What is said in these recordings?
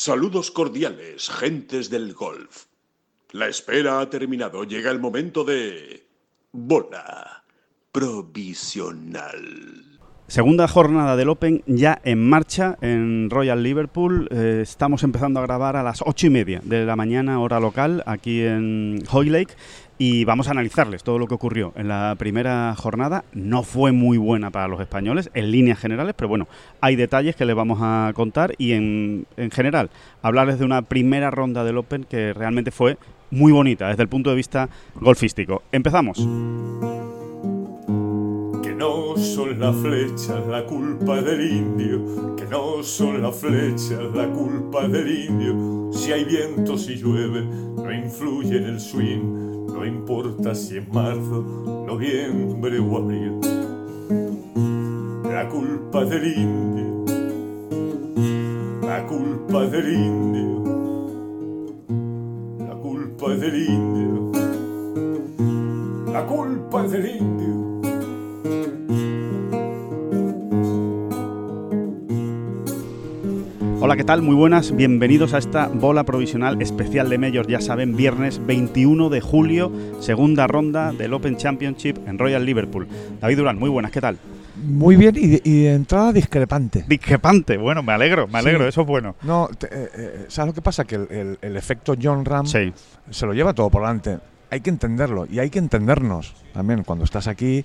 Saludos cordiales, gentes del golf. La espera ha terminado. Llega el momento de... bola provisional. Segunda jornada del Open ya en marcha en Royal Liverpool. Estamos empezando a grabar a las 8:30 de la mañana, hora local, aquí en Hoylake. Y vamos a analizarles todo lo que ocurrió en la primera jornada. No fue muy buena para los españoles en líneas generales, pero bueno, hay detalles que les vamos a contar. Y en general, hablarles de una primera ronda del Open que realmente fue muy bonita desde el punto de vista golfístico. Empezamos. Que no son las flechas la culpa del indio, que no son las flechas la culpa del indio. Si hay viento, si llueve, no influye en el swing. No importa si es marzo, noviembre o abril. La culpa del indio, la culpa del indio, la culpa del indio, la culpa del indio. Hola, ¿qué tal? Muy buenas, bienvenidos a esta bola provisional especial de Majors, ya saben, viernes 21 de julio, segunda ronda del Open Championship en Royal Liverpool. David Durán, muy buenas, ¿qué tal? Muy bien, y de entrada discrepante. Discrepante, bueno, me alegro, sí. Eso es bueno. No, ¿sabes lo que pasa? Que el efecto Jon Rahm sí. Se lo lleva todo por delante. Hay que entenderlo y hay que entendernos también cuando estás aquí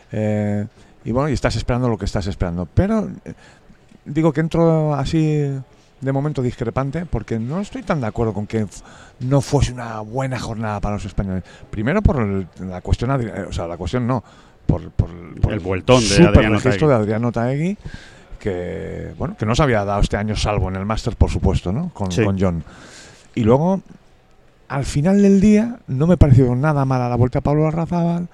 y bueno, y estás esperando lo que estás esperando. Pero digo que entro así de momento discrepante porque no estoy tan de acuerdo con que no fuese una buena jornada para los españoles. Primero por la cuestión, por el vueltón de Adrián registro de Adrián Otaegui, que bueno, que no se había dado este año, salvo en el Masters, por supuesto, ¿no? Con John. Y luego, al final del día, no me pareció nada mala la vuelta a Pablo Larrazábal.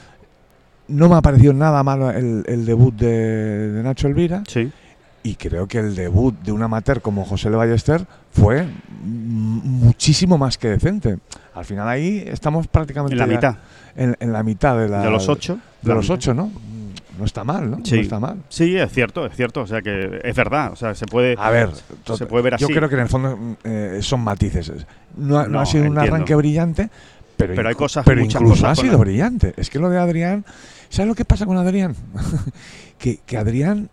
No me ha parecido nada malo el debut de Nacho Elvira. Sí. Y creo que el debut de un amateur como José Le Ballester fue muchísimo más que decente. Al final ahí estamos prácticamente en la mitad. En la mitad de los 8. De los 8, ¿no? No está mal, ¿no? Sí. No está mal. Sí, es cierto. O sea que es verdad. O sea, se puede ver así. Yo creo que en el fondo son matices. No ha sido un arranque brillante, pero hay cosas. Pero incluso ha sido brillante. Es que lo de Adrián, ¿sabes lo que pasa con Adrián? que Adrián,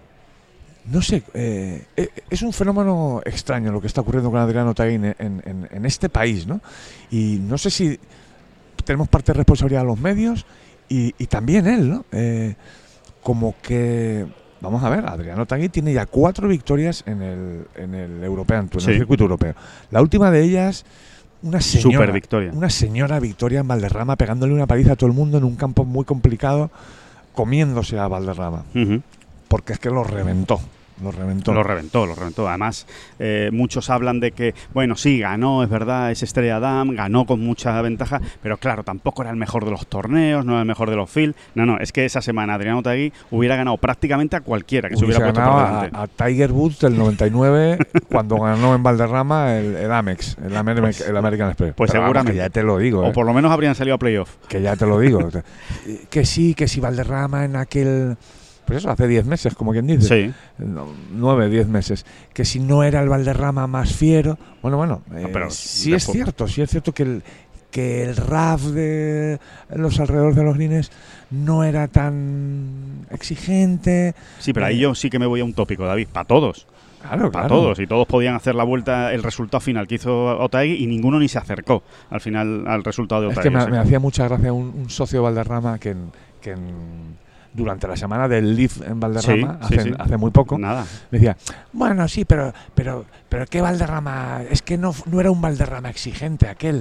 no sé, es un fenómeno extraño lo que está ocurriendo con Adrián Otaegui en este país, ¿no? Y no sé si tenemos parte de responsabilidad a los medios y también él, ¿no? Como que, vamos a ver, Adrián Otaegui tiene ya 4 victorias en el European Tour, en el circuito europeo. La última de ellas, una señora victoria en Valderrama, pegándole una paliza a todo el mundo en un campo muy complicado, comiéndose a Valderrama. Uh-huh. Porque es que lo reventó. Lo reventó. Además, muchos hablan de que, bueno, sí, ganó, es verdad, es Estrella Damm, ganó con mucha ventaja, pero claro, tampoco era el mejor de los torneos, no era el mejor de los fields. No, es que esa semana Adrián Otaegui hubiera ganado prácticamente a cualquiera que se hubiera puesto por delante. A Tiger Woods del 99 cuando ganó en Valderrama el Amex, el American Express. Pues pero seguramente. Vamos, que ya te lo digo. O por lo menos habrían salido a playoff. Que ya te lo digo. que sí Valderrama en aquel... Pues eso, hace 10 meses, como quien dice. Sí. 9, 10 meses. Que si no era el Valderrama más fiero... Bueno, pero sí es cierto que el RAF de los alrededores de los greens no era tan exigente. Sí, pero ahí yo sí que me voy a un tópico, David, para todos. Claro. Todos, y todos podían hacer la vuelta, el resultado final que hizo Otaegui y ninguno ni se acercó al final al resultado de Otaegui. Es que me hacía mucha gracia un socio de Valderrama que durante la semana del Leaf en Valderrama, hace muy poco, me decía, bueno, sí, pero ¿qué Valderrama? Es que no era un Valderrama exigente aquel.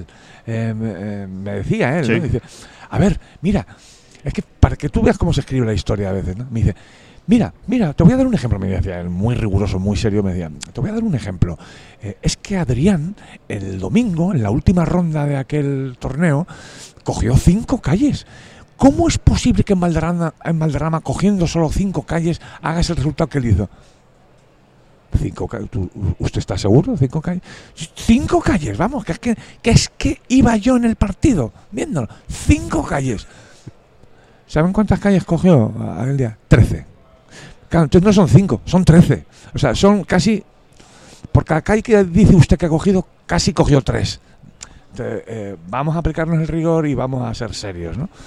Me decía él, sí. ¿no? Dice, a ver, mira, es que para que tú veas cómo se escribe la historia a veces, ¿no? Me dice, mira, te voy a dar un ejemplo. Me decía él, muy riguroso, muy serio, me decía, te voy a dar un ejemplo. Es que Adrián, el domingo, en la última ronda de aquel torneo, cogió 5 calles. ¿Cómo es posible que en Valderrama, cogiendo solo 5 calles, hagas el resultado que él hizo? 5 calles. ¿Usted está seguro? 5 calles. 5 calles, vamos, que es que iba yo en el partido viéndolo. 5 calles. ¿Saben cuántas calles cogió aquel día? 13. Claro, entonces no son 5, son 13. O sea, son casi por cada CAI que dice usted que ha cogido, casi cogió 3. Vamos a aplicarnos el rigor y vamos a ser serios, ¿no?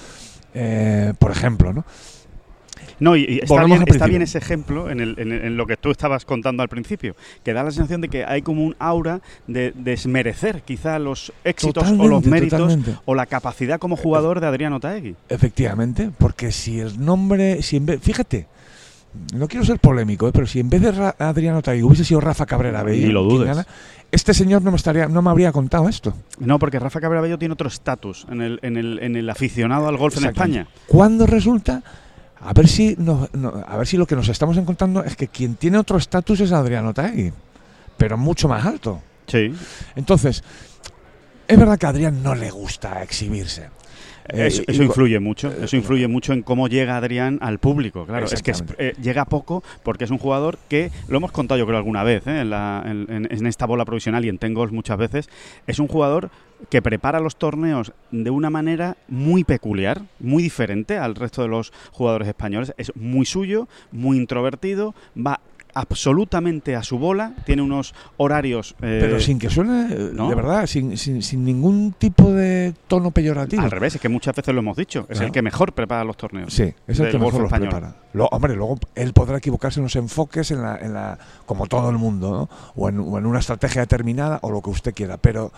Por ejemplo, ¿no? No, y está bien ese ejemplo en lo que tú estabas contando al principio, que da la sensación de que hay como un aura de desmerecer quizá los éxitos o los méritos o la capacidad como jugador de Adrián Otaegui. Efectivamente, porque si el nombre, fíjate, no quiero ser polémico, pero si en vez de Adrián Otaegui hubiese sido Rafa Cabrera Bello, ni lo dudes, este señor no me habría contado esto. No, porque Rafa Cabrera Bello tiene otro estatus en el aficionado al golf en España. Cuando resulta, a ver si lo que nos estamos encontrando es que quien tiene otro estatus es Adrián Otaegui, pero mucho más alto. Sí. Entonces, es verdad que a Adrián no le gusta exhibirse. Eso influye mucho. Eso influye mucho en cómo llega Adrián al público. Claro, es que llega poco porque es un jugador que, lo hemos contado yo creo alguna vez, en esta bola provisional y en Ten Golf muchas veces, es un jugador que prepara los torneos de una manera muy peculiar, muy diferente al resto de los jugadores españoles. Es muy suyo, muy introvertido, va absolutamente a su bola, tiene unos horarios... pero sin que suene, ¿no? De verdad, sin ningún tipo de tono peyorativo. Al revés, es que muchas veces lo hemos dicho, es el que mejor prepara los torneos. Sí, es el que mejor los prepara. Hombre, luego él podrá equivocarse en los enfoques, como todo el mundo, ¿no? o en una estrategia determinada, o lo que usted quiera, pero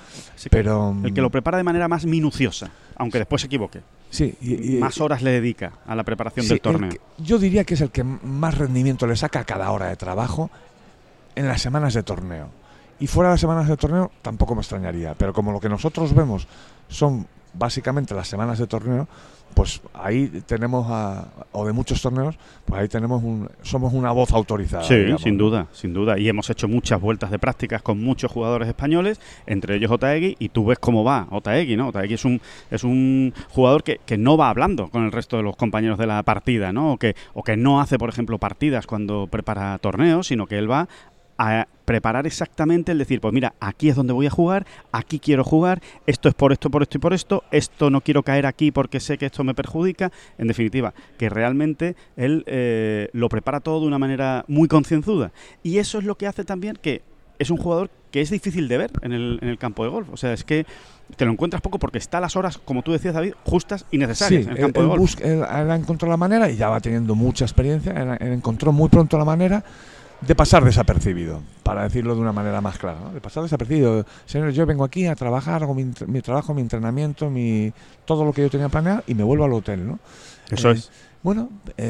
el que lo prepara de manera más minuciosa, aunque después se equivoque. Sí, más horas le dedica a la preparación del torneo. Yo diría que es el que más rendimiento le saca a cada hora de trabajo en las semanas de torneo. Y fuera de las semanas de torneo tampoco me extrañaría, pero como lo que nosotros vemos son básicamente las semanas de torneo, pues ahí tenemos, o de muchos torneos, pues ahí somos una voz autorizada. Sí, digamos, sin duda. Y hemos hecho muchas vueltas de prácticas con muchos jugadores españoles, entre ellos Otaegui, y tú ves cómo va Otaegui, ¿no? Otaegui es un jugador que no va hablando con el resto de los compañeros de la partida, ¿no? O que no hace, por ejemplo, partidas cuando prepara torneos, sino que él va a preparar exactamente el decir, pues mira, aquí es donde voy a jugar, aquí quiero jugar, esto es por esto y por esto no quiero caer aquí porque sé que esto me perjudica. En definitiva, que realmente él lo prepara todo de una manera muy concienzuda. Y eso es lo que hace también que es un jugador que es difícil de ver en el campo de golf. O sea, es que te lo encuentras poco porque está a las horas, como tú decías, David, justas y necesarias en el campo de golf. Él encontró la manera, y ya va teniendo mucha experiencia, él encontró muy pronto la manera de pasar desapercibido, para decirlo de una manera más clara, ¿no? De pasar desapercibido. Señores, yo vengo aquí a trabajar, hago mi trabajo, mi entrenamiento, todo lo que yo tenía planeado y me vuelvo al hotel, ¿no? Eso es. Bueno,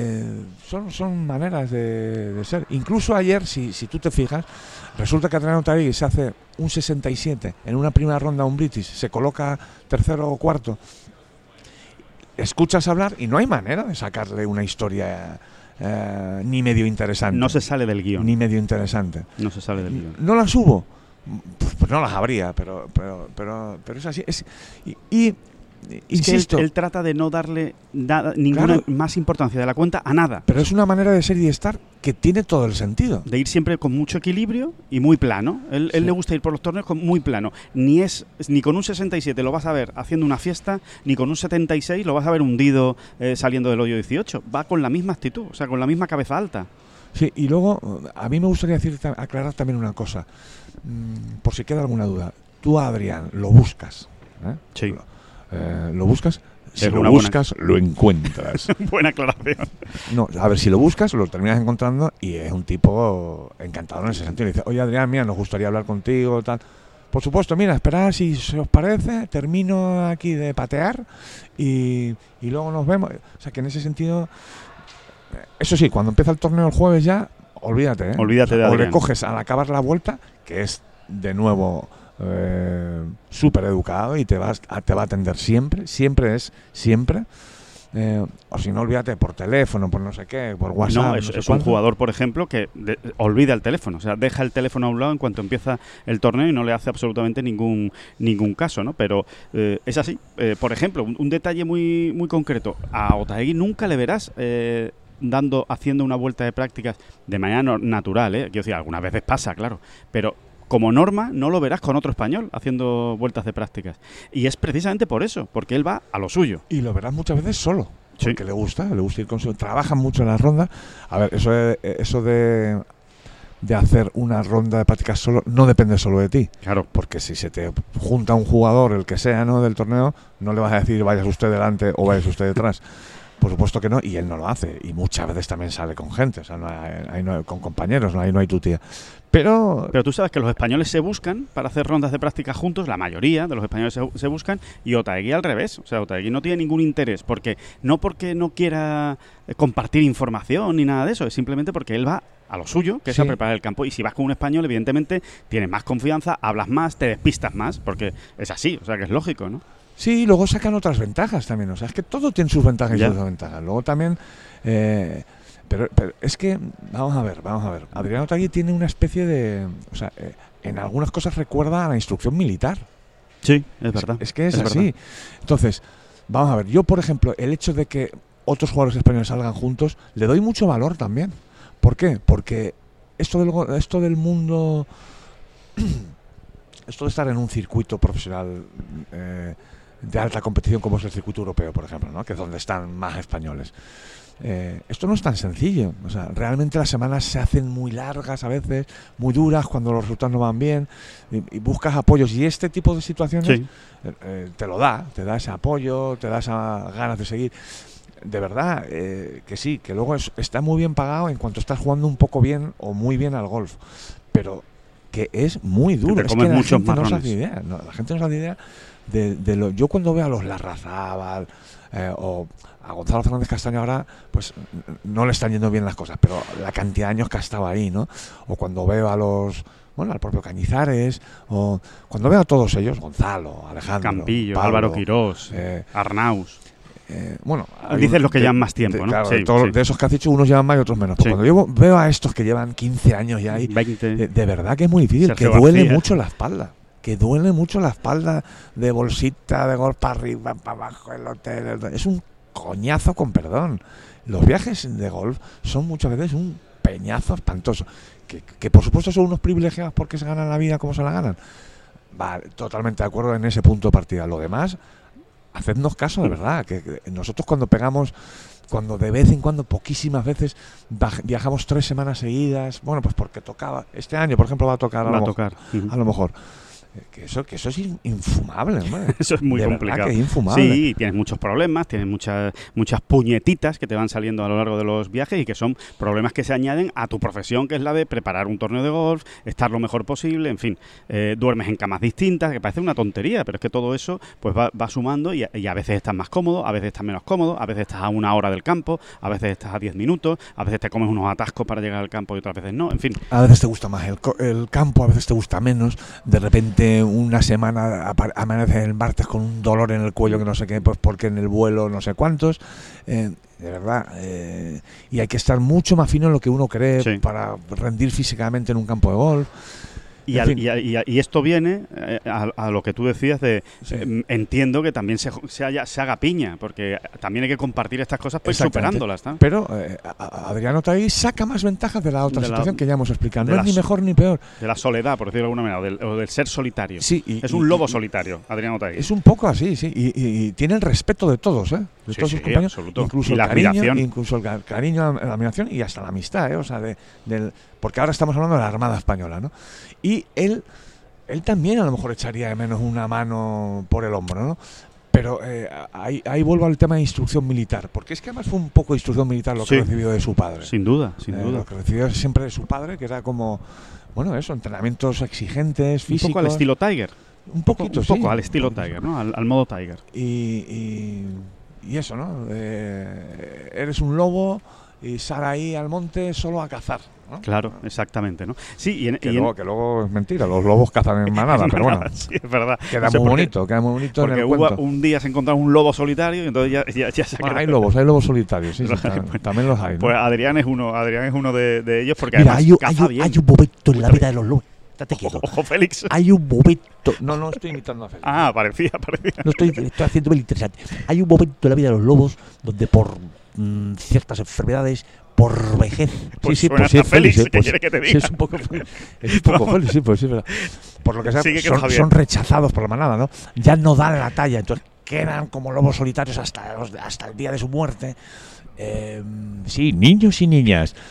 son maneras de ser. Incluso ayer, si tú te fijas, resulta que Adrián Otaegui se hace un 67 en una primera ronda, un British, se coloca tercero o cuarto. Escuchas hablar y no hay manera de sacarle una historia ni medio interesante. No se sale del guión. Ni medio interesante. No se sale del guión. ¿No las hubo? Pues no las habría, pero es así. Insisto, él trata de no darle ninguna más importancia de la cuenta a nada. Pero es una manera de ser y de estar que tiene todo el sentido. De ir siempre con mucho equilibrio y muy plano. Él le gusta ir por los torneos muy plano. Ni con un 67 lo vas a ver haciendo una fiesta, ni con un 76 lo vas a ver hundido saliendo del hoyo 18. Va con la misma actitud, o sea, con la misma cabeza alta. Sí, y luego a mí me gustaría aclarar también una cosa, por si queda alguna duda. Tú, Adrián, lo buscas. Sí. ¿Lo buscas? Si lo buscas, lo encuentras. Buena aclaración. No, a ver, si lo buscas, lo terminas encontrando y es un tipo encantador en ese sentido. Le dice, oye, Adrián, mira, nos gustaría hablar contigo, tal. Por supuesto, mira, esperad si se os parece, termino aquí de patear y luego nos vemos. O sea, que en ese sentido, eso sí, cuando empieza el torneo el jueves ya, olvídate, ¿eh? Olvídate de Adrián. O le coges al acabar la vuelta, que es de nuevo súper educado y te va a atender siempre. O si no, olvídate por teléfono, por no sé qué, por WhatsApp. No, es un jugador, por ejemplo, que olvida el teléfono. O sea, deja el teléfono a un lado en cuanto empieza el torneo y no le hace absolutamente ningún caso, ¿no? Pero es así. Por ejemplo, un detalle muy, muy concreto. A Otaegui nunca le verás haciendo una vuelta de prácticas de manera natural, ¿eh? Quiero decir, algunas veces pasa, claro, pero como norma no lo verás con otro español haciendo vueltas de prácticas. Y es precisamente por eso, porque él va a lo suyo. Y lo verás muchas veces solo, porque sí. le gusta ir con su... Trabajan mucho en las rondas. A ver, eso de de hacer una ronda de prácticas solo no depende solo de ti. Claro. Porque si se te junta un jugador, el que sea, ¿no?, del torneo, no le vas a decir vayas usted delante o vayas usted detrás. Por supuesto que no, y él no lo hace. Y muchas veces también sale con gente, o sea, con compañeros, ahí no hay tutía. Pero tú sabes que los españoles se buscan para hacer rondas de práctica juntos, la mayoría de los españoles se buscan, y Otaegui al revés. O sea, Otaegui no tiene ningún interés, porque no quiera compartir información ni nada de eso, es simplemente porque él va a lo suyo, que es a preparar el campo. Y si vas con un español, evidentemente, tienes más confianza, hablas más, te despistas más, porque es así, o sea, que es lógico, ¿no? Sí, luego sacan otras ventajas también, o sea, es que todo tiene sus ventajas y sus desventajas. Luego también, pero es que, vamos a ver, Adrián Otaegui tiene una especie de, o sea, en algunas cosas recuerda a la instrucción militar. Sí, es verdad. Es que es así. Verdad. Entonces, vamos a ver, yo por ejemplo, el hecho de que otros jugadores españoles salgan juntos, le doy mucho valor también. ¿Por qué? Porque esto del mundo, esto de estar en un circuito profesional de alta competición como es el circuito europeo, por ejemplo, ¿no?, que es donde están más españoles. Esto no es tan sencillo. O sea, realmente las semanas se hacen muy largas a veces, muy duras cuando los resultados no van bien, y buscas apoyos, y este tipo de situaciones te da ese apoyo, te da esas ganas de seguir. De verdad, que sí, que luego está muy bien pagado en cuanto estás jugando un poco bien o muy bien al golf, pero que es muy duro. Es que la gente no se hace idea, la gente no se hace idea de lo. Yo cuando veo a los Larrazábal o a Gonzalo Fernández Castaño ahora, pues no le están yendo bien las cosas, pero la cantidad de años que ha estado ahí, ¿no? O cuando veo a los, al propio Cañizares, o cuando veo a todos ellos, Gonzalo, Alejandro, Campillo, Pablo, Álvaro Quirós, Arnaus. Dices los que llevan más tiempo, ¿no? Claro, de esos que has dicho, unos llevan más y otros menos. Pero cuando yo veo a estos que llevan 15 años ya ahí, 20, de verdad que es muy difícil, Sergio que duele mucho la espalda. Que duele mucho la espalda de bolsita, de golf para arriba, para abajo, el hotel. Es un coñazo con perdón. Los viajes de golf son muchas veces un peñazo espantoso. Que por supuesto son unos privilegiados porque se ganan la vida como se la ganan. Vale, totalmente de acuerdo en ese punto de partida. Lo demás, hacednos caso de verdad. Que nosotros cuando de vez en cuando, poquísimas veces, viajamos 3 semanas seguidas, bueno, pues porque tocaba. Este año, por ejemplo, va a tocar. A lo mejor. Que eso es infumable, hombre. Eso es muy complicado. Que es infumable. Sí, tienes muchos problemas, tienes muchas puñetitas que te van saliendo a lo largo de los viajes y que son problemas que se añaden a tu profesión, que es la de preparar un torneo de golf, estar lo mejor posible, en fin, duermes en camas distintas, que parece una tontería, pero es que todo eso pues va sumando y a veces estás más cómodo, a veces estás menos cómodo, a veces estás a 1 hora del campo, a veces estás a 10 minutos, a veces te comes unos atascos para llegar al campo y otras veces no, en fin. A veces te gusta más el campo, a veces te gusta menos, de repente una semana amanece el martes con un dolor en el cuello que no sé qué, pues porque en el vuelo no sé cuántos, de verdad, y hay que estar mucho más fino en lo que uno cree para rendir físicamente en un campo de golf. Y esto viene a lo que tú decías de entiendo que también se haga piña, porque también hay que compartir estas cosas pues superándolas, ¿no? Pero Adrián Otaegui saca más ventajas de la otra situación que ya hemos explicado. No es ni mejor ni peor. De la soledad, por decirlo de alguna manera, o del ser solitario. Sí, es un lobo solitario, Adrián Otaegui. Es un poco así, sí. Y tiene el respeto de todos, de todos sus compañeros. Absoluto. Incluso la admiración. Incluso el cariño, la admiración y hasta la amistad, o sea, porque ahora estamos hablando de la Armada Española, ¿no? Y él también a lo mejor echaría de menos una mano por el hombro, ¿no? Pero ahí vuelvo al tema de instrucción militar, porque es que además fue un poco de instrucción militar lo que recibió de su padre. Sin duda. Lo que recibió siempre de su padre, que era como, entrenamientos exigentes, físicos. Un poco al estilo Tiger. Un poquito, un poco al estilo Tiger, ¿no? Al modo Tiger. Y eso, ¿no? Eres un lobo y sal ahí al monte solo a cazar, ¿no? Claro, exactamente, ¿no? Sí, que luego es mentira, los lobos cazan en manada, pero bueno. Sí, es verdad. Queda muy bonito porque en el cuento. Un día se encontraron un lobo solitario y entonces ya se hay lobos solitarios, sí, también los hay, ¿no? Pues Adrián es uno de ellos porque mira, además caza bien. Hay un momento en la vida de los lobos. Ojo, Félix. Hay un momento. No estoy imitando a Félix. Parecía. No estoy haciendo bien interesante. Hay un momento en la vida de los lobos donde por ciertas enfermedades, por vejez. Pues sí, Félix, ¿qué quiere que te diga? Sí, es un poco Félix, sí, pues sí, verdad. Por lo que sea, son rechazados por la manada, ¿no? Ya no dan la talla, entonces quedan como lobos solitarios hasta el día de su muerte. Sí, niños y niñas.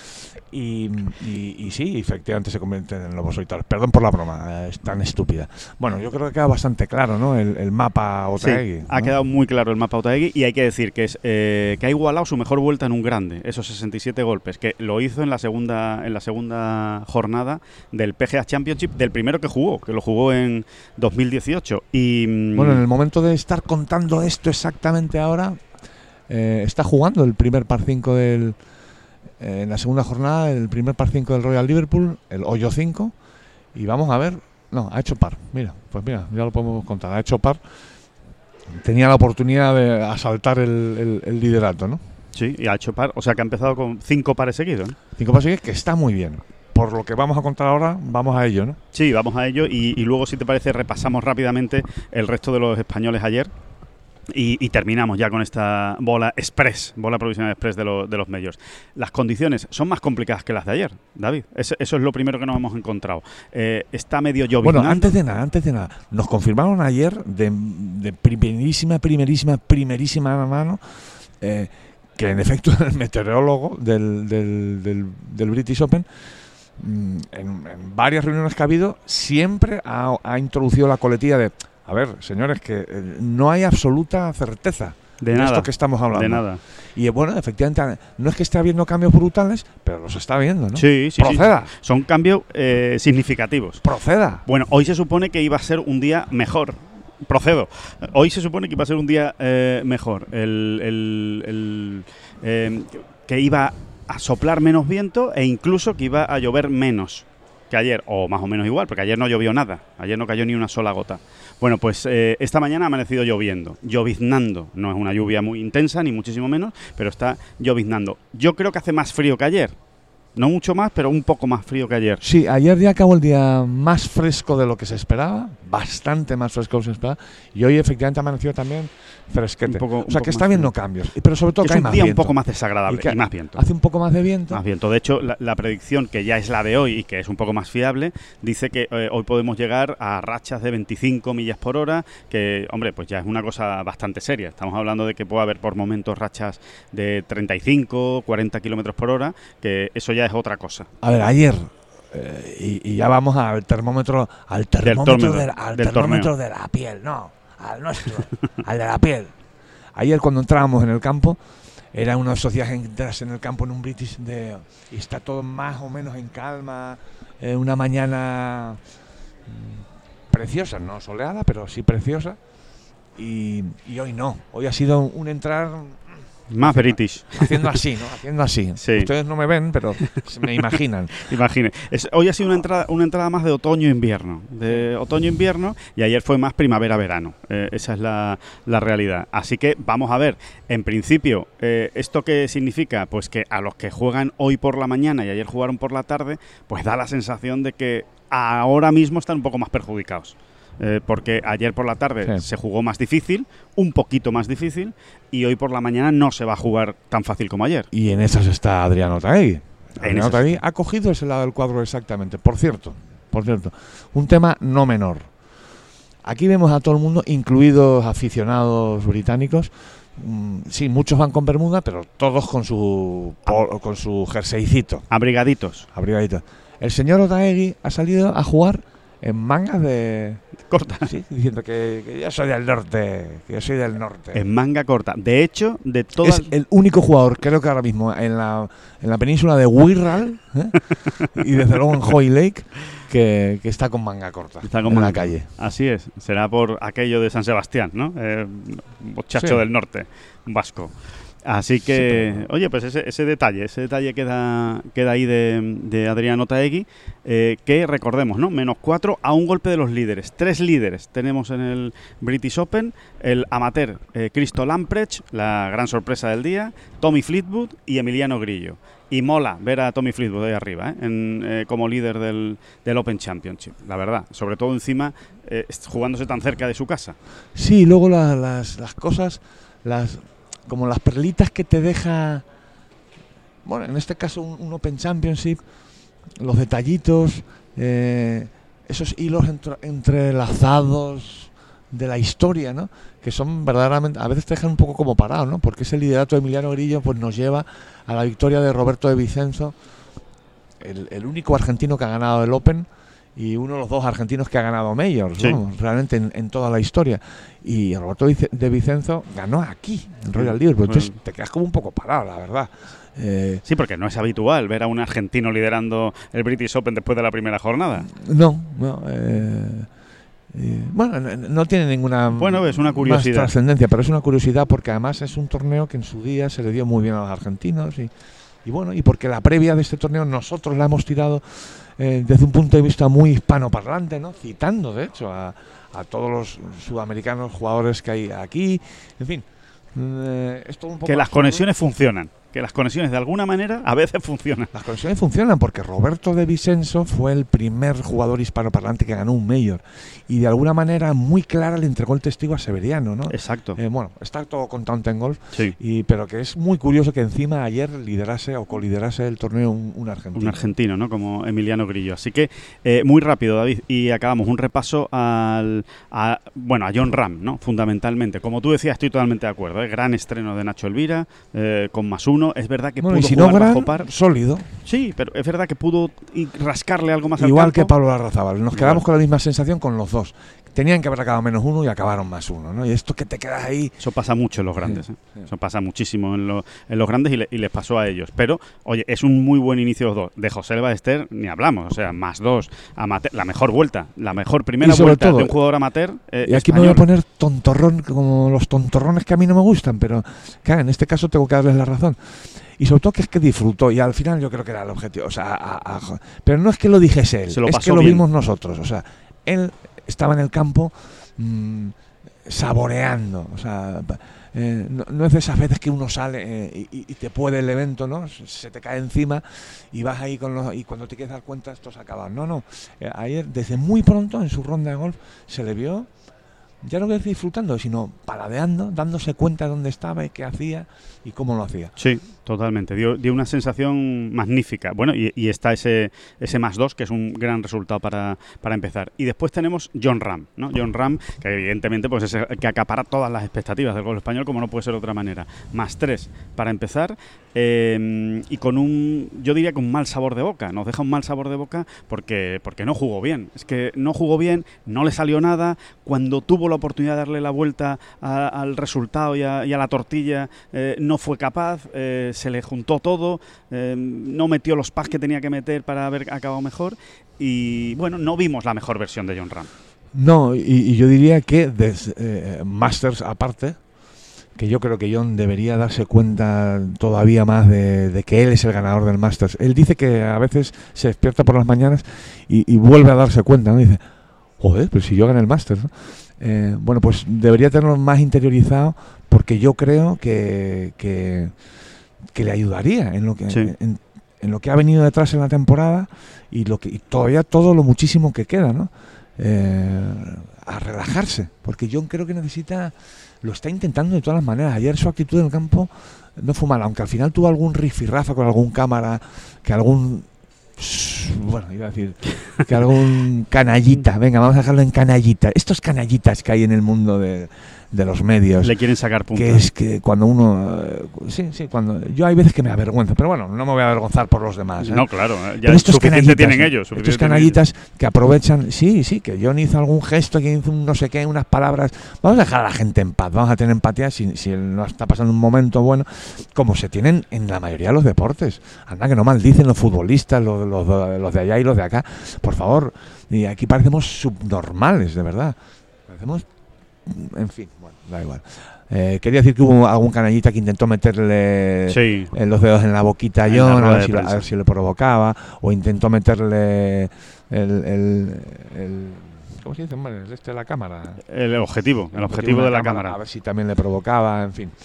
Y sí, efectivamente se convierten en lobos solitarios. Perdón por la broma, es tan estúpida. Bueno, yo creo que queda bastante claro, ¿no? El mapa Otaegui. Sí, ha quedado muy claro el mapa Otaegui, y hay que decir que que ha igualado su mejor vuelta en un grande, esos 67 golpes, que lo hizo en la segunda jornada del PGA Championship, del primero que lo jugó en 2018. Y bueno, en el momento de estar contando esto exactamente ahora, está jugando el primer par 5 en la segunda jornada, el primer par 5 del Royal Liverpool, el hoyo 5, y vamos a ver, no, ha hecho par, mira, ya lo podemos contar, ha hecho par, tenía la oportunidad de asaltar el liderato, ¿no? Sí, y ha hecho par, o sea que ha empezado con 5 pares seguidos, ¿no? 5 pares seguidos, que está muy bien. Por lo que vamos a contar ahora, vamos a ello, ¿no? Sí, vamos a ello, y luego, si te parece, repasamos rápidamente el resto de los españoles ayer. Y terminamos ya con esta bola provisional express de los majors. Las condiciones son más complicadas que las de ayer, David. Eso es lo primero que nos hemos encontrado. Está medio lloviznando. Bueno, antes de nada, nos confirmaron ayer de primerísima mano que en efecto el meteorólogo del British Open, en varias reuniones que ha habido, siempre ha introducido la coletilla de: a ver, señores, que no hay absoluta certeza de esto que estamos hablando. De nada. Y bueno, efectivamente, no es que esté habiendo cambios brutales, pero los está habiendo, ¿no? Sí. Proceda. Sí. Son cambios significativos. Proceda. Bueno, hoy se supone que iba a ser un día mejor. Procedo. Hoy se supone que iba a ser un día mejor. Que iba a soplar menos viento, e incluso que iba a llover menos que ayer, o más o menos igual, porque ayer no llovió nada. Ayer no cayó ni una sola gota. Bueno, pues esta mañana ha amanecido lloviznando. No es una lluvia muy intensa, ni muchísimo menos, pero está lloviznando. Yo creo que hace más frío que ayer. No mucho más, pero un poco más frío que ayer. Sí, ayer ya acabó el día más fresco de lo que se esperaba, bastante más fresco de lo que se esperaba, y hoy efectivamente ha amanecido también fresquete. O sea que está habiendo cambios, pero sobre todo que hay más viento. Es un día un poco más desagradable y más viento. Hace un poco más de viento. Más viento. De hecho, la predicción, que ya es la de hoy y que es un poco más fiable, dice que hoy podemos llegar a rachas de 25 millas por hora, que, hombre, pues ya es una cosa bastante seria. Estamos hablando de que puede haber por momentos rachas de 35, 40 kilómetros por hora, que eso ya es otra cosa. A ver, ayer, y ya vamos al termómetro de la piel, no, al nuestro, al de la piel. Ayer, cuando entrábamos en el campo, era una sociedad que entras en el campo en un British y está todo más o menos en calma, una mañana preciosa, no soleada, pero sí preciosa, y hoy no, hoy ha sido un entrar más British. Haciendo así, ¿no? Haciendo así. Sí. Ustedes no me ven, pero se me imaginan. Imagine. Hoy ha sido una entrada más de otoño-invierno. Y ayer fue más primavera-verano. Esa es la realidad. Así que vamos a ver. En principio, ¿esto qué significa? Pues que a los que juegan hoy por la mañana y ayer jugaron por la tarde, pues da la sensación de que ahora mismo están un poco más perjudicados. Porque ayer por la tarde se jugó más difícil, un poquito más difícil, y hoy por la mañana no se va a jugar tan fácil como ayer. Y en esas está Adrián Otaegui. Adrián Otaegui ha cogido ese lado del cuadro exactamente. Por cierto, un tema no menor. Aquí vemos a todo el mundo, incluidos aficionados británicos. Sí, muchos van con bermuda, pero todos con su jerseycito. Abrigaditos. El señor Otaegui ha salido a jugar en mangas de corta. Sí, diciendo que yo soy del norte, En manga corta. De hecho, de todas... Es el único jugador, creo que ahora mismo, en la península de Wirral, y desde luego en Hoylake, que está con manga corta en la calle. Así es. Será por aquello de San Sebastián, ¿no? Muchacho del norte, un vasco. Así que, sí, oye, pues ese detalle queda ahí de Adrián Otaegui, que recordemos, ¿no? -4 a un golpe de los líderes. 3 líderes tenemos en el British Open: el amateur Christo Lamprecht, la gran sorpresa del día, Tommy Fleetwood y Emiliano Grillo. Y mola ver a Tommy Fleetwood ahí arriba, como líder del Open Championship, la verdad. Sobre todo encima, jugándose tan cerca de su casa. Sí, luego las cosas, como las perlitas que te deja, bueno, en este caso un Open Championship, los detallitos, esos hilos entrelazados de la historia, ¿no? Que son verdaderamente, a veces te dejan un poco como parado, ¿no? Porque ese liderato de Emiliano Grillo pues nos lleva a la victoria de Roberto de Vicenzo el único argentino que ha ganado el Open y uno de los 2 argentinos que ha ganado Majors, sí, ¿no? Realmente en toda la historia. Y Roberto de Vicenzo ganó aquí, en Royal Liverpool. Entonces te quedas como un poco parado, la verdad. Sí, porque no es habitual ver a un argentino liderando el British Open después de la primera jornada. No. Bueno, no tiene ninguna es una curiosidad, más trascendencia, pero es una curiosidad porque además es un torneo que en su día se le dio muy bien a los argentinos y bueno, y porque la previa de este torneo nosotros la hemos tirado desde un punto de vista muy hispanoparlante, ¿no? Citando de hecho a todos los sudamericanos jugadores que hay aquí, en fin, es todo un poco que las absurdo. Conexiones funcionan. Que las conexiones de alguna manera a veces funcionan. Las conexiones funcionan porque Roberto de Vicenzo fue el primer jugador hispanoparlante que ganó un Major y de alguna manera muy clara le entregó el testigo a Severiano, ¿no? Exacto. Bueno, está todo contado en golf, sí. Pero que es muy curioso que encima ayer liderase o coliderase el torneo un argentino. Un argentino, ¿no? Como Emiliano Grillo. Así que muy rápido, David, y acabamos un repaso a Jon Rahm, ¿no? Fundamentalmente. Como tú decías, estoy totalmente de acuerdo. Gran estreno de Nacho Elvira, con +1. Es verdad que pudo y si jugar no bajo par. Sólido. Sí, pero es verdad que pudo rascarle algo más igual al campo. que Pablo Larrazábal. Nos quedamos con la misma sensación con los 2. Tenían que haber acabado -1 y acabaron +1, ¿no? Y esto que te quedas ahí... Eso pasa mucho en los grandes, ¿eh? Sí. Eso pasa muchísimo en los grandes y les pasó a ellos. Pero, oye, es un muy buen inicio los 2. De José Ballester ni hablamos. O sea, +2, amateur, la mejor vuelta, la mejor primera vuelta de un jugador amateur y aquí me voy a poner tontorrón, como los tontorrones que a mí no me gustan, pero claro, en este caso tengo que darles la razón. Y sobre todo que es que disfrutó y al final yo creo que era el objetivo. O sea, pero no es que lo dijese él, es que lo vimos nosotros. O sea, él estaba en el campo saboreando. O sea, no es de esas veces que uno sale y te puede el evento, ¿no? Se te cae encima y vas ahí y cuando te quieres dar cuenta esto se ha acabado. No. Ayer, desde muy pronto en su ronda de golf, se le vio, ya no voy a decir disfrutando, sino paladeando, dándose cuenta de dónde estaba y qué hacía y cómo lo hacía. Sí, totalmente. Dio una sensación magnífica. Bueno, y está ese +2, que es un gran resultado para empezar. Y después tenemos Jon Rahm, ¿no? Jon Rahm, que evidentemente pues es el que acapara todas las expectativas del golf español, como no puede ser de otra manera. +3 para empezar, y con yo diría con un mal sabor de boca. Nos deja un mal sabor de boca porque no jugó bien. Es que no jugó bien, no le salió nada. Cuando tuvo la oportunidad de darle la vuelta al resultado y a la tortilla, no fue capaz, se le juntó todo, no metió los pas que tenía que meter para haber acabado mejor y bueno, no vimos la mejor versión de Jon Rahm. No, y yo diría que Masters aparte, que yo creo que Jon debería darse cuenta todavía más de que él es el ganador del Masters. Él dice que a veces se despierta por las mañanas y vuelve a darse cuenta, ¿no? Dice, joder, pero si yo gané el Masters, ¿no? Bueno, pues debería tenerlo más interiorizado porque yo creo que le ayudaría en lo que sí. en lo que ha venido detrás en la temporada y todavía todo lo muchísimo que queda, ¿no? A relajarse, porque Jon creo que lo está intentando de todas las maneras. Ayer su actitud en el campo no fue mala, aunque al final tuvo algún rifirrafa con algún cámara, iba a decir que algún canallita, venga, vamos a dejarlo en canallita. Estos canallitas que hay en el mundo de los medios. Le quieren sacar puntos. Que es que cuando uno... cuando yo hay veces que me avergüenzo, pero bueno, no me voy a avergonzar por los demás. No, claro, ya pero estos suficiente tienen ellos. Estos canallitas que aprovechan... Sí, que Jon hizo algún gesto, que hizo un no sé qué, unas palabras... Vamos a dejar a la gente en paz, vamos a tener empatía si él no está pasando un momento bueno, como se tienen en la mayoría de los deportes. Anda, que no maldicen los futbolistas, los de allá y los de acá. Por favor, y aquí parecemos subnormales, de verdad. Parecemos... En fin, bueno, da igual. Quería decir que hubo algún canallita que intentó meterle los dedos en la boquita a Jon, a ver si le provocaba, o intentó meterle el ¿cómo se dice? De la cámara. El objetivo de la cámara. A ver si también le provocaba, en fin.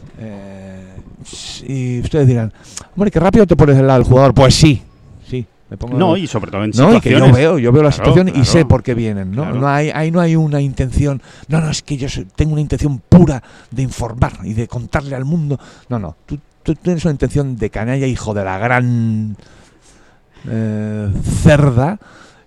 Y ustedes dirán, hombre, qué rápido te pones del lado del jugador. Pues sí. Y sobre todo en situaciones. Y que yo veo la situación y sé por qué vienen, ¿no? Claro. No hay una intención. No, es que yo tengo una intención pura de informar y de contarle al mundo. No. Tú tienes una intención de canalla, hijo de la gran cerda.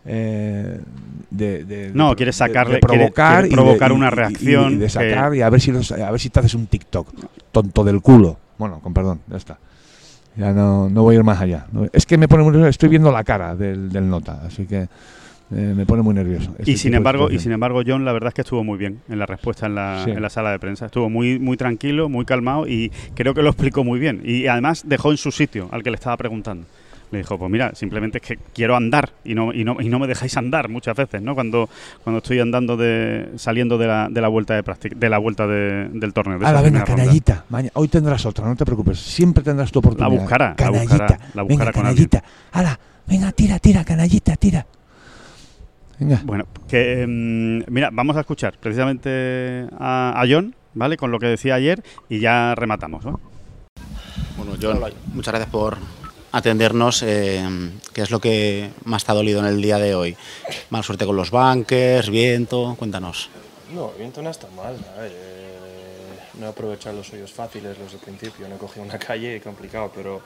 Quieres sacarle, de provocar, quiere provocar una reacción y de sacar y a ver si te haces un TikTok, tonto del culo. Bueno, con perdón, ya está. Ya no voy a ir más allá. Es que me pone muy nervioso, estoy viendo la cara del nota, así que me pone muy nervioso. Y sin embargo, John, la verdad es que estuvo muy bien en la respuesta en la sala de prensa. Estuvo muy, muy tranquilo, muy calmado y creo que lo explicó muy bien. Y además dejó en su sitio al que le estaba preguntando. Le dijo, pues mira, simplemente es que quiero andar y no me dejáis andar muchas veces, ¿no? Cuando estoy andando saliendo de la vuelta de práctica, de la vuelta del torneo. Venga, canallita. Hoy tendrás otra, no te preocupes. Siempre tendrás tu oportunidad. La buscará. Venga, canallita. Hala, venga, tira, canallita, tira. Venga. Bueno, mira, vamos a escuchar precisamente a John, ¿vale? Con lo que decía ayer y ya rematamos, ¿no? Bueno, John, muchas gracias por atendernos. ¿Qué es lo que más te ha dolido en el día de hoy? ¿Mala suerte con los bunkers, viento? Cuéntanos. No, el viento no está mal. No he aprovechado los hoyos fáciles, los del principio. No he cogido una calle complicado, pero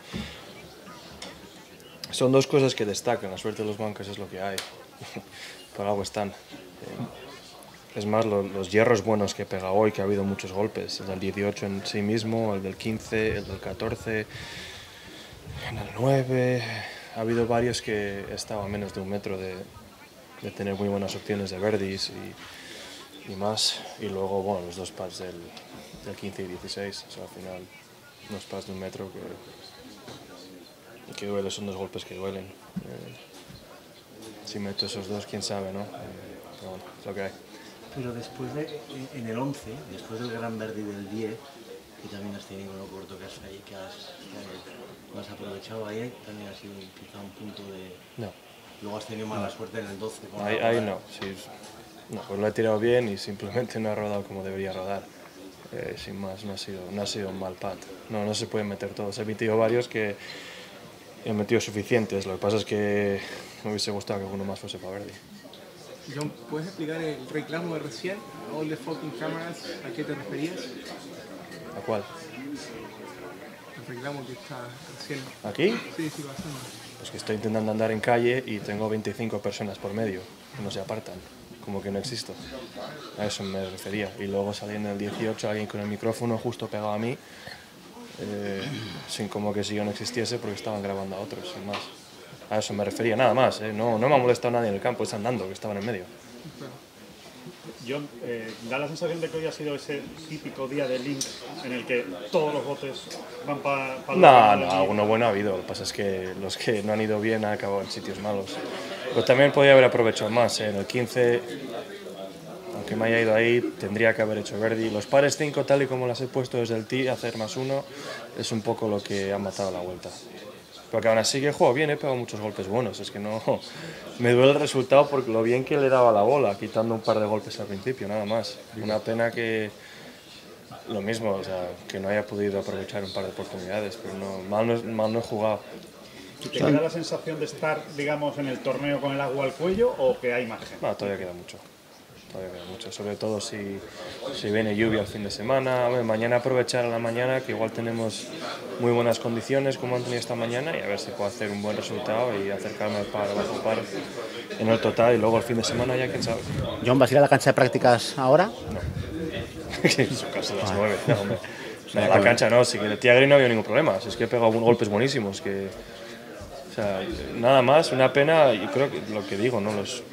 son dos cosas que destacan. La suerte de los bunkers es lo que hay. Por algo están. Es más, los hierros buenos que he pegado hoy, que ha habido muchos golpes. El del 18 en sí mismo, el del 15, el del 14... En el 9 ha habido varios que he estado a menos de 1 metro de tener muy buenas opciones de birdies y más. Y luego, bueno, los 2 pads del 15 y 16. O sea, al final, unos pads de 1 metro que duele, son 2 golpes que duelen. Si meto esos 2, quién sabe, ¿no? Pero bueno, es lo que hay. Pero después en el 11, después del gran birdie del 10, que también has tenido lo corto que has aprovechado ahí, también ha sido quizá un punto de... No. Luego has tenido mala suerte en el 12. Ahí no, sí. No, pues lo he tirado bien y simplemente no he rodado como debería rodar. Sin más, no ha sido un mal pad. No se pueden meter todos. He metido varios que he metido suficientes. Lo que pasa es que me hubiese gustado que alguno más fuese para verde. John, ¿puedes explicar el reclamo de recién? All the fucking cameras, ¿a qué te referías? ¿A cuál? El reclamo que está haciendo. ¿Aquí? Sí, bastante. Pues que estoy intentando andar en calle y tengo 25 personas por medio, que no se apartan, como que no existo. A eso me refería. Y luego saliendo en el 18 alguien con el micrófono justo pegado a mí, sin como que si yo no existiese porque estaban grabando a otros, sin más. A eso me refería, nada más. No me ha molestado nadie en el campo, es andando, que estaban en medio. John, da la sensación de que hoy ha sido ese típico día de Link en el que todos los botes van para No, alguno bueno ha habido. Lo que pasa es que los que no han ido bien han acabado en sitios malos. Pero también podría haber aprovechado más. En el 15, aunque me haya ido ahí, tendría que haber hecho birdie. Los pares 5, tal y como las he puesto desde el tee, hacer +1, es un poco lo que ha matado la vuelta. Porque aún así que juego bien, he pegado muchos golpes buenos. Es que no me duele el resultado porque lo bien que le daba la bola, quitando un par de golpes al principio, nada más. Una pena que lo mismo, o sea, que no haya podido aprovechar un par de oportunidades, pero mal no he jugado. ¿Te queda la sensación de estar, digamos, en el torneo con el agua al cuello o que hay margen? No, todavía queda mucho. Sobre todo si viene lluvia el fin de semana. Mañana aprovechar a la mañana, que igual tenemos muy buenas condiciones como han tenido esta mañana, y a ver si puedo hacer un buen resultado y acercarme al par, bajo par en el total, y luego el fin de semana ya quién sabe. John, ¿vas a ir a la cancha de prácticas ahora? No. En su casa a las 9. No, hombre. No, a la cancha no, si que el tía Green no había ningún problema. Si es que he pegado golpes buenísimos. O sea, nada más, una pena, y creo que lo que digo, ¿no?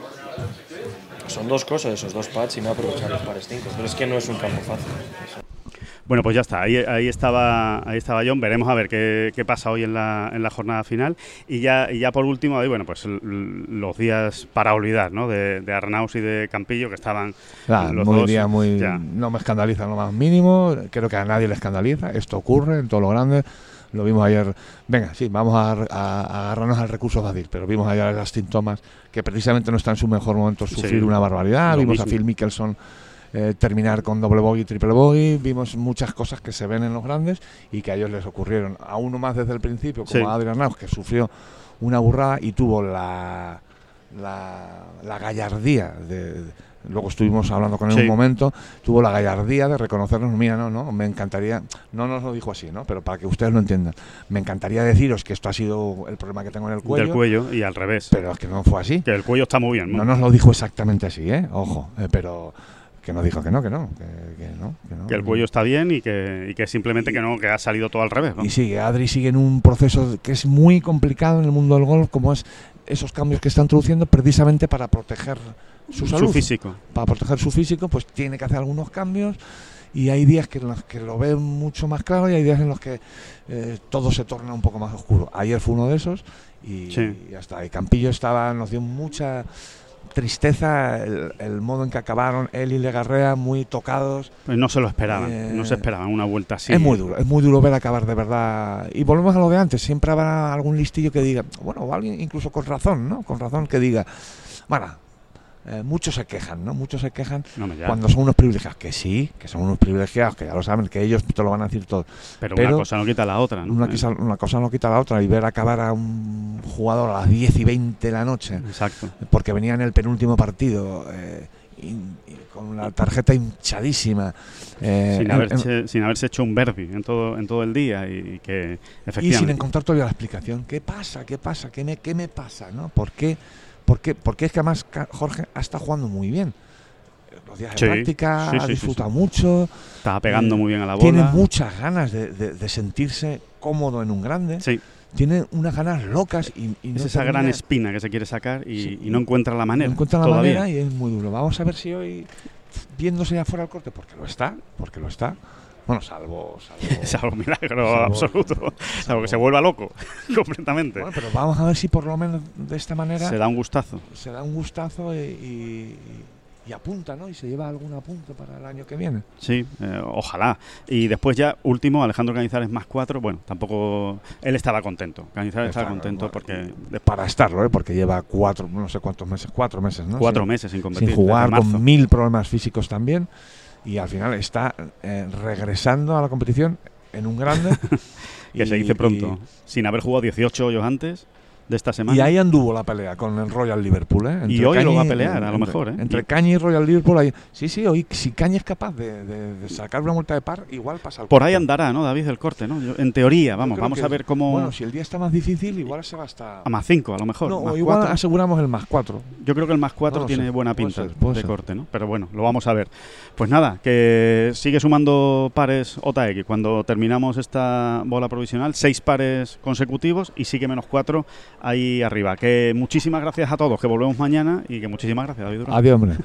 Son 2 cosas, esos 2 pads, y no aprovechar los pares 5. Pero es que no es un campo fácil. Bueno, pues ya está, ahí estaba John. Veremos a ver qué pasa hoy en la jornada final. Y ya por último, ahí, bueno, pues los días para olvidar, ¿no? De Arnaus y de Campillo, que estaban los dos. No me escandaliza lo más mínimo, creo que a nadie le escandaliza. Esto ocurre en todo lo grande. Lo vimos ayer, venga, sí, vamos a agarrarnos al recurso fácil, pero vimos ayer a Justin Thomas, que precisamente no está en su mejor momento, sufrir una barbaridad. Vimos a Phil Mickelson terminar con doble bogey, triple bogey. Vimos muchas cosas que se ven en los grandes y que a ellos les ocurrieron. A uno más desde el principio, como a Adrian Naus, que sufrió una burrada y tuvo la gallardía luego estuvimos hablando con él un momento, tuvo la gallardía de reconocernos. Mira, no, me encantaría, no nos lo dijo así, ¿no? Pero para que ustedes lo entiendan, me encantaría deciros que esto ha sido el problema que tengo en el cuello. Del cuello, y al revés. Pero es que no fue así. Que el cuello está muy bien, ¿no? No nos lo dijo exactamente así, ojo, pero Que no dijo que no. Que el cuello está bien y que simplemente que ha salido todo al revés, ¿no? Y sigue, Adri sigue en un proceso que es muy complicado en el mundo del golf, como es esos cambios que está introduciendo precisamente para proteger su salud. Su físico. Para proteger su físico, pues tiene que hacer algunos cambios. Y hay días en los que lo ve mucho más claro y hay días en los que todo se torna un poco más oscuro. Ayer fue uno de esos y hasta el Campillo nos dio mucha tristeza el modo en que acabaron él y Legarrea muy tocados. Pues no se lo esperaban, no se esperaban una vuelta así. Es muy duro ver acabar de verdad. Y volvemos a lo de antes, siempre habrá algún listillo que diga, bueno, o alguien incluso con razón, ¿no? Con razón que diga, bueno, muchos se quejan, ¿no? Muchos se quejan cuando son unos privilegiados, que sí, que son unos privilegiados, que ya lo saben, que ellos te lo van a decir todo. Pero una cosa no quita la otra, ¿no? Una cosa no quita la otra, y ver acabar a un jugador a las 10:20 de la noche, exacto, porque venía en el penúltimo partido, y con la tarjeta hinchadísima, sin haberse hecho un birdie en todo el día y que efectivamente, y sin encontrar todavía la explicación. ¿Qué pasa? ¿Qué me pasa? ¿No? Porque es que además Jorge está jugando muy bien. Los días de práctica ha disfrutado mucho. Estaba pegando muy bien a la bola. Tiene muchas ganas de sentirse cómodo en un grande. Sí. Tiene unas ganas locas y es esa gran espina que se quiere sacar y no encuentra la manera. No encuentra la manera y es muy duro. Vamos a ver si hoy, viéndose ya fuera del corte, porque lo está. Bueno, salvo milagro absoluto. Salvo que se vuelva loco completamente. Bueno, pero vamos a ver si por lo menos de esta manera se da un gustazo. Y apunta, ¿no? Y se lleva algún apunte para el año que viene. Sí, ojalá. Y después ya, último, Alejandro Cañizares +4. Bueno, tampoco... Él estaba contento. Cañizares estaba contento porque... Para estarlo, porque lleva 4 meses, ¿no? 4 meses sin competir. Sin jugar, con 1000 problemas físicos también. Y al final está regresando a la competición en un grande. Que se dice pronto. Sin haber jugado 18 hoyos antes de esta semana. Y ahí anduvo la pelea con el Royal Liverpool, ¿eh? Y hoy lo va a pelear, a lo mejor, ¿eh? Entre Caña y Royal Liverpool. Hoy, si Caña es capaz de sacar una multa de par, igual pasa el Por corte. Ahí andará, ¿no, David, el corte, ¿no? En teoría, vamos a ver cómo... Bueno, si el día está más difícil, igual se va hasta... A +5, a lo mejor. No, o igual 4. Aseguramos el +4. Yo creo que el +4 tiene buena pinta de corte, ¿no? Pero bueno, lo vamos a ver. Pues nada, que sigue sumando pares OtaX. Cuando terminamos esta bola provisional, 6 pares consecutivos y sigue -4 ahí arriba. Que muchísimas gracias a todos, que volvemos mañana y que muchísimas gracias, David Durán. Adiós, hombre.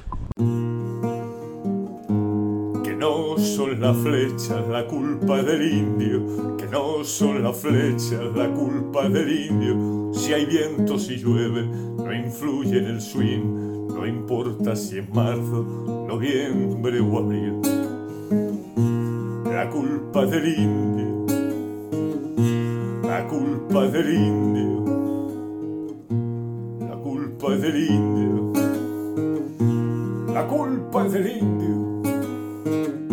Que no son las flechas la culpa del indio, que no son las flechas la culpa del indio. Si hay viento, si llueve, no influye en el swing, no importa si es marzo, noviembre o abril. La culpa del indio, la culpa del indio, la culpa del indio, la culpa del indio.